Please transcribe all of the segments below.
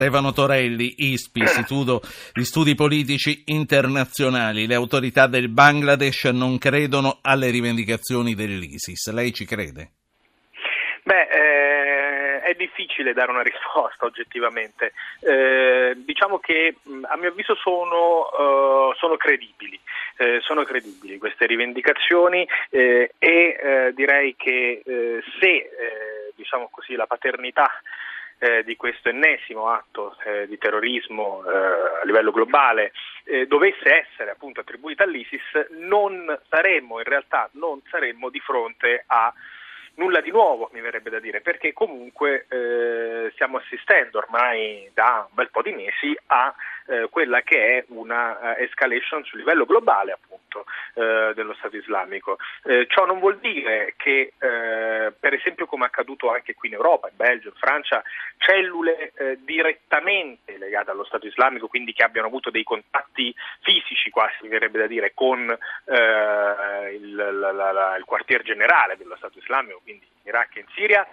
Stefano Torelli, ISPI, Istituto di Studi Politici Internazionali. Le autorità del Bangladesh non credono alle rivendicazioni dell'ISIS. Lei ci crede? È difficile dare una risposta oggettivamente. Diciamo che a mio avviso sono credibili. Sono credibili queste rivendicazioni e direi che se diciamo così la paternità di questo ennesimo atto di terrorismo a livello globale dovesse essere appunto attribuita all'ISIS, non saremmo di fronte a nulla di nuovo, mi verrebbe da dire, perché comunque stiamo assistendo ormai da un bel po' di mesi a quella che è una escalation sul livello globale appunto dello Stato islamico. Ciò non vuol dire che per esempio, come è accaduto anche qui in Europa, in Belgio, in Francia, cellule direttamente legate allo Stato islamico, quindi che abbiano avuto dei contatti fisici quasi, mi verrebbe da dire, con il quartier generale dello Stato islamico, quindi in Iraq e in Siria,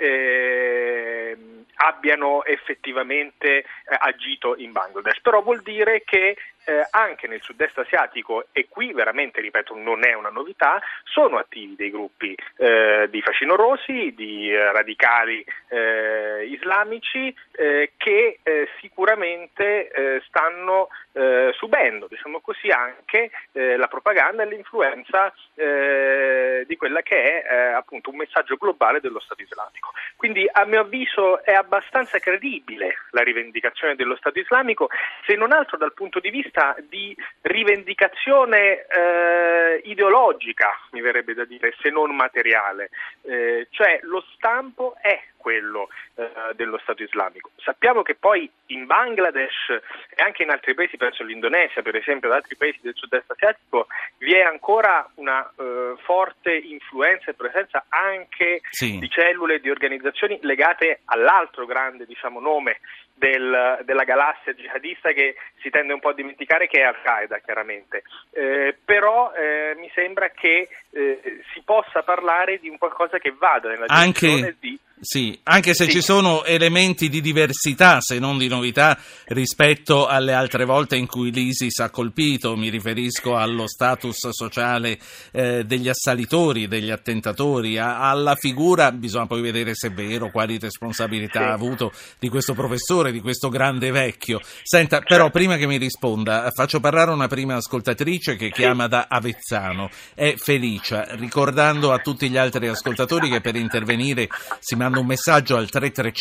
abbiano effettivamente agito in Bangladesh. Però vuol dire che anche nel sud-est asiatico, e qui veramente, ripeto, non è una novità, sono attivi dei gruppi di facinorosi, di radicali islamici che sicuramente stanno subendo, diciamo così, anche la propaganda e l'influenza di quella che è appunto un messaggio globale dello Stato islamico. Quindi a mio avviso è abbastanza credibile la rivendicazione dello Stato islamico, se non altro dal punto di vista di rivendicazione ideologica, mi verrebbe da dire, se non materiale, cioè lo stampo è quello dello Stato islamico. Sappiamo che poi in Bangladesh e anche in altri paesi, penso all'Indonesia per esempio, ad altri paesi del sud-est asiatico, vi è ancora una forte influenza e presenza anche di cellule e di organizzazioni legate all'altro grande, diciamo, nome della galassia jihadista che si tende un po' a dimenticare, che è Al-Qaeda, chiaramente. Però mi sembra che si possa parlare di un qualcosa che vada nella direzione di... Sì, anche se ci sono elementi di diversità, se non di novità, rispetto alle altre volte in cui l'ISIS ha colpito. Mi riferisco allo status sociale degli assalitori, degli attentatori, alla figura, bisogna poi vedere se è vero, quali responsabilità ha avuto di questo professore, di questo grande vecchio. Senta, però prima che mi risponda, faccio parlare una prima ascoltatrice che chiama da Avezzano, è Felicia, ricordando a tutti gli altri ascoltatori che per intervenire si manda un messaggio al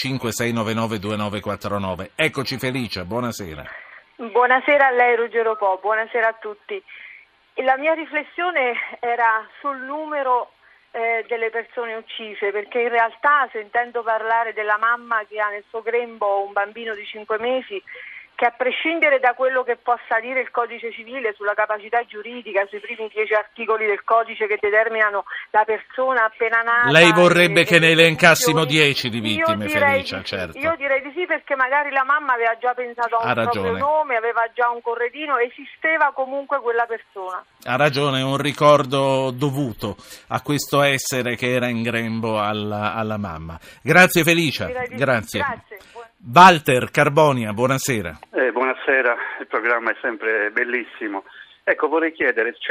335-699-2949. Eccoci Felicia, buonasera. Buonasera a lei Ruggero Po, buonasera a tutti. La mia riflessione era sul numero delle persone uccise, perché in realtà, sentendo parlare della mamma che ha nel suo grembo un bambino di 5 mesi, che a prescindere da quello che possa dire il codice civile sulla capacità giuridica, sui primi 10 articoli del codice che determinano la persona appena nata... Lei vorrebbe che ne elencassimo 10 di vittime, Felicia, certo. Io direi di sì, perché magari la mamma aveva già pensato a un proprio nome, aveva già un corredino, esisteva comunque quella persona. Ha ragione, è un ricordo dovuto a questo essere che era in grembo alla mamma. Grazie Felicia, grazie. Walter Carbonia, buonasera. Buonasera, il programma è sempre bellissimo. Ecco, vorrei chiedere, ci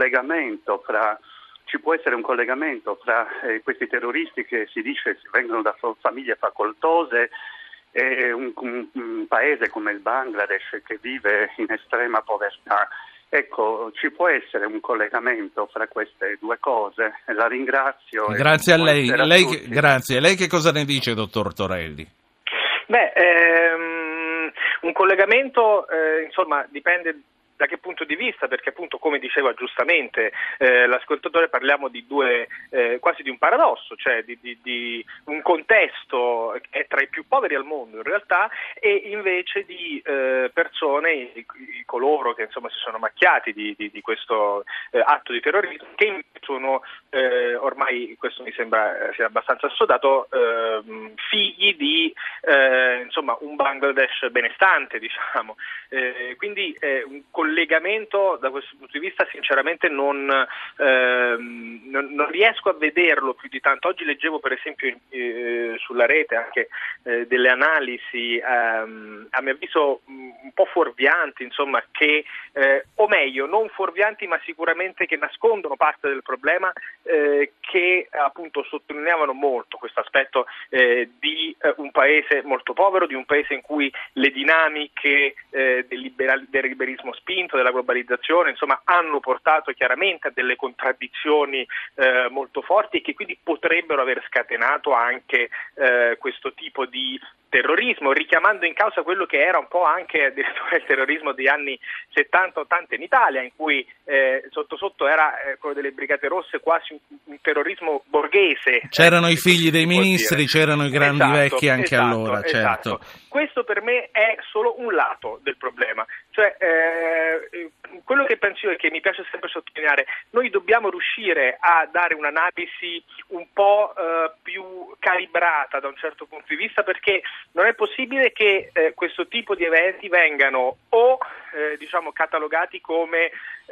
può essere un collegamento fra questi terroristi che si dice vengono da famiglie facoltose e un paese come il Bangladesh che vive in estrema povertà. Ecco, ci può essere un collegamento fra queste due cose? La ringrazio. Grazie a lei. Grazie. Lei che cosa ne dice, dottor Torelli? Un collegamento, insomma, dipende da che punto di vista, perché appunto, come diceva giustamente l'ascoltatore, parliamo di quasi di un paradosso, cioè di un contesto che è tra i più poveri al mondo in realtà, e invece di persone, coloro che insomma si sono macchiati di questo atto di terrorismo, che sono ormai, questo mi sembra sia abbastanza assodato, figli di insomma un Bangladesh benestante, diciamo, quindi un collegamento da questo punto di vista sinceramente non riesco a vederlo più di tanto. Oggi leggevo per esempio sulla rete anche delle analisi a mio avviso un po' fuorvianti, insomma, che o meglio non fuorvianti ma sicuramente che nascondono parte del problema, che appunto sottolineavano molto questo aspetto di un paese molto povero, di un paese in cui le dinamiche del liberismo spinto, della globalizzazione, insomma, hanno portato chiaramente a delle contraddizioni molto forti e che quindi potrebbero aver scatenato anche questo tipo di terrorismo, richiamando in causa quello che era un po' anche addirittura il terrorismo degli anni 70-80 in Italia, in cui sotto sotto era quello delle Brigate Rosse quasi un terrorismo borghese. C'erano i figli dei ministri, c'erano i grandi vecchi anche allora, certo. Questo per me è solo un lato del problema, cioè quello che penso io e che mi piace sempre sottolineare, noi dobbiamo riuscire a dare un'analisi un po' più calibrata da un certo punto di vista, perché non è possibile che questo tipo di eventi vengano o catalogati come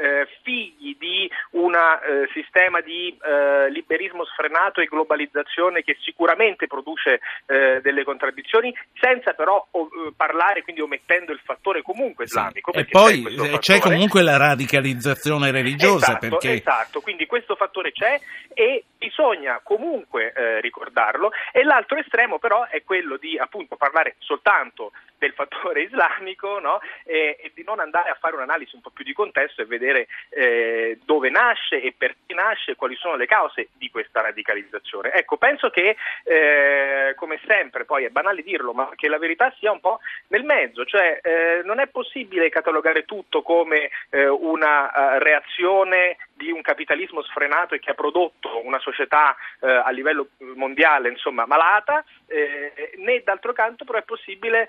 figli di un sistema di liberismo sfrenato e globalizzazione che sicuramente produce delle contraddizioni, senza però parlare, quindi omettendo il fattore comunque islamico. E poi c'è comunque la radicalizzazione religiosa. Esatto, quindi questo fattore c'è e bisogna comunque ricordarlo, e l'altro estremo però è quello di appunto parlare soltanto del fattore islamico, no? E di non andare a fare un'analisi un po' più di contesto e vedere dove nasce e perché nasce, quali sono le cause di questa radicalizzazione. Ecco, penso che come sempre, poi è banale dirlo, ma che la verità sia un po' nel mezzo, cioè non è possibile catalogare tutto come una reazione di un capitalismo sfrenato e che ha prodotto una società a livello mondiale, insomma, malata, né d'altro canto però è possibile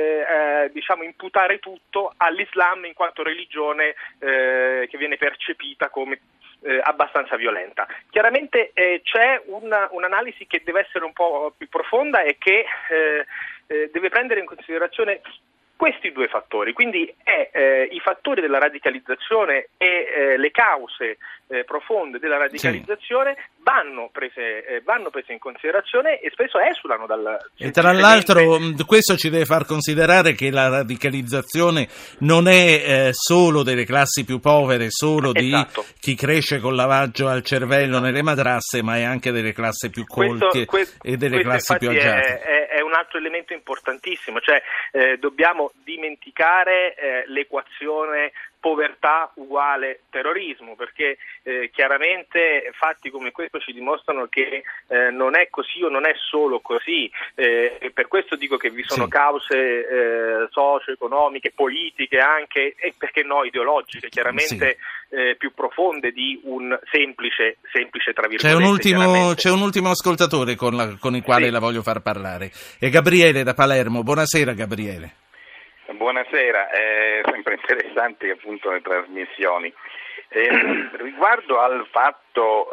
imputare tutto all'Islam in quanto religione che viene percepita come abbastanza violenta. Chiaramente c'è un'analisi che deve essere un po' più profonda e che deve prendere in considerazione questi due fattori, quindi i fattori della radicalizzazione e le cause profonde della radicalizzazione vanno prese in considerazione e spesso esulano dal... E tra l'altro questo ci deve far considerare che la radicalizzazione non è solo delle classi più povere, solo di chi cresce col lavaggio al cervello nelle madrasse, ma è anche delle classi più colte e delle classi più agiate. È un altro elemento importantissimo, cioè dobbiamo dimenticare l'equazione povertà uguale terrorismo, perché chiaramente fatti come questo ci dimostrano che non è così o non è solo così, e per questo dico che vi sono cause socio-economiche, politiche anche, e perché no ideologiche, chiaramente più profonde di un semplice tra virgolette. C'è un ultimo ascoltatore con il quale la voglio far parlare, è Gabriele da Palermo. Buonasera Gabriele. Buonasera, sempre interessanti appunto le trasmissioni. Riguardo al fatto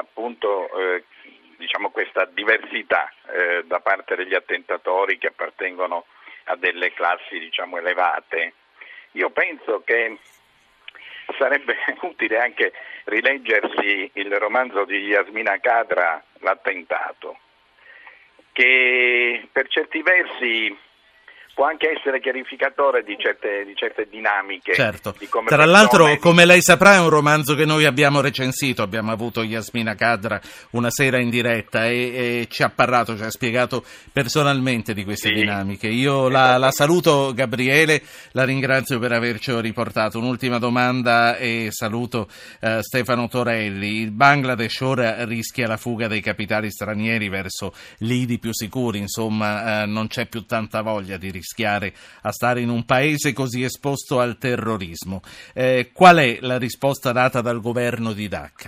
questa diversità da parte degli attentatori che appartengono a delle classi elevate, io penso che sarebbe utile anche rileggersi il romanzo di Yasmina Khadra, L'attentato, che per certi versi può anche essere chiarificatore di certe dinamiche. Certo. Tra l'altro, come lei saprà, è un romanzo che noi abbiamo recensito, abbiamo avuto Yasmina Khadra una sera in diretta e ci ha parlato, ci ha spiegato personalmente di queste dinamiche. Io la saluto Gabriele, la ringrazio per averci riportato. Un'ultima domanda e saluto Stefano Torelli. Il Bangladesh ora rischia la fuga dei capitali stranieri verso lidi più sicuri, insomma non c'è più tanta voglia di rischiare a stare in un paese così esposto al terrorismo. Qual è la risposta data dal governo di Dhaka?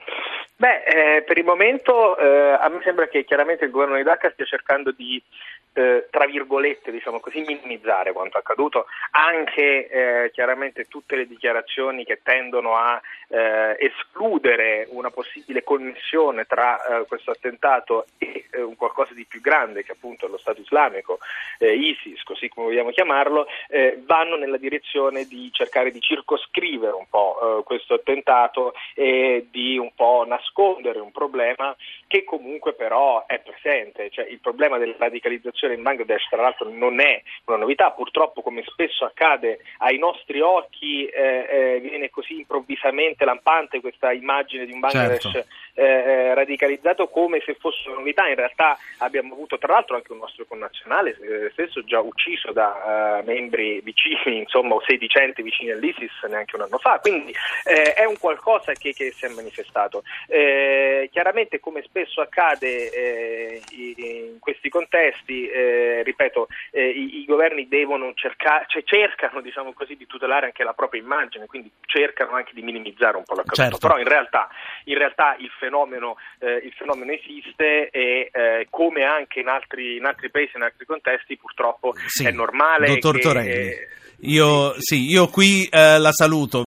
Per il momento a me sembra che chiaramente il governo di Dhaka stia cercando di tra virgolette, diciamo così, minimizzare quanto accaduto, anche chiaramente tutte le dichiarazioni che tendono a escludere una possibile connessione tra questo attentato e un qualcosa di più grande che appunto è lo Stato islamico, ISIS, così come vogliamo chiamarlo, vanno nella direzione di cercare di circoscrivere un po' questo attentato e di un po' nascondere un problema che comunque però è presente. Cioè, il problema della radicalizzazione in Bangladesh, tra l'altro, non è una novità, purtroppo, come spesso accade ai nostri occhi, viene così improvvisamente lampante questa immagine di un Bangladesh radicalizzato come se fosse una novità. In realtà abbiamo avuto tra l'altro anche un nostro connazionale stesso già ucciso da membri vicini, insomma, o sedicenti vicini all'ISIS neanche un anno fa, quindi è un qualcosa che si è manifestato. Chiaramente, come spesso accade in questi contesti, ripeto, i governi devono cercano, diciamo così, di tutelare anche la propria immagine, quindi cercano anche di minimizzare un po' l'accaduto. Però in realtà il fenomeno esiste e come anche in altri paesi, in altri contesti, purtroppo è normale. Dottor Torelli, io qui la saluto.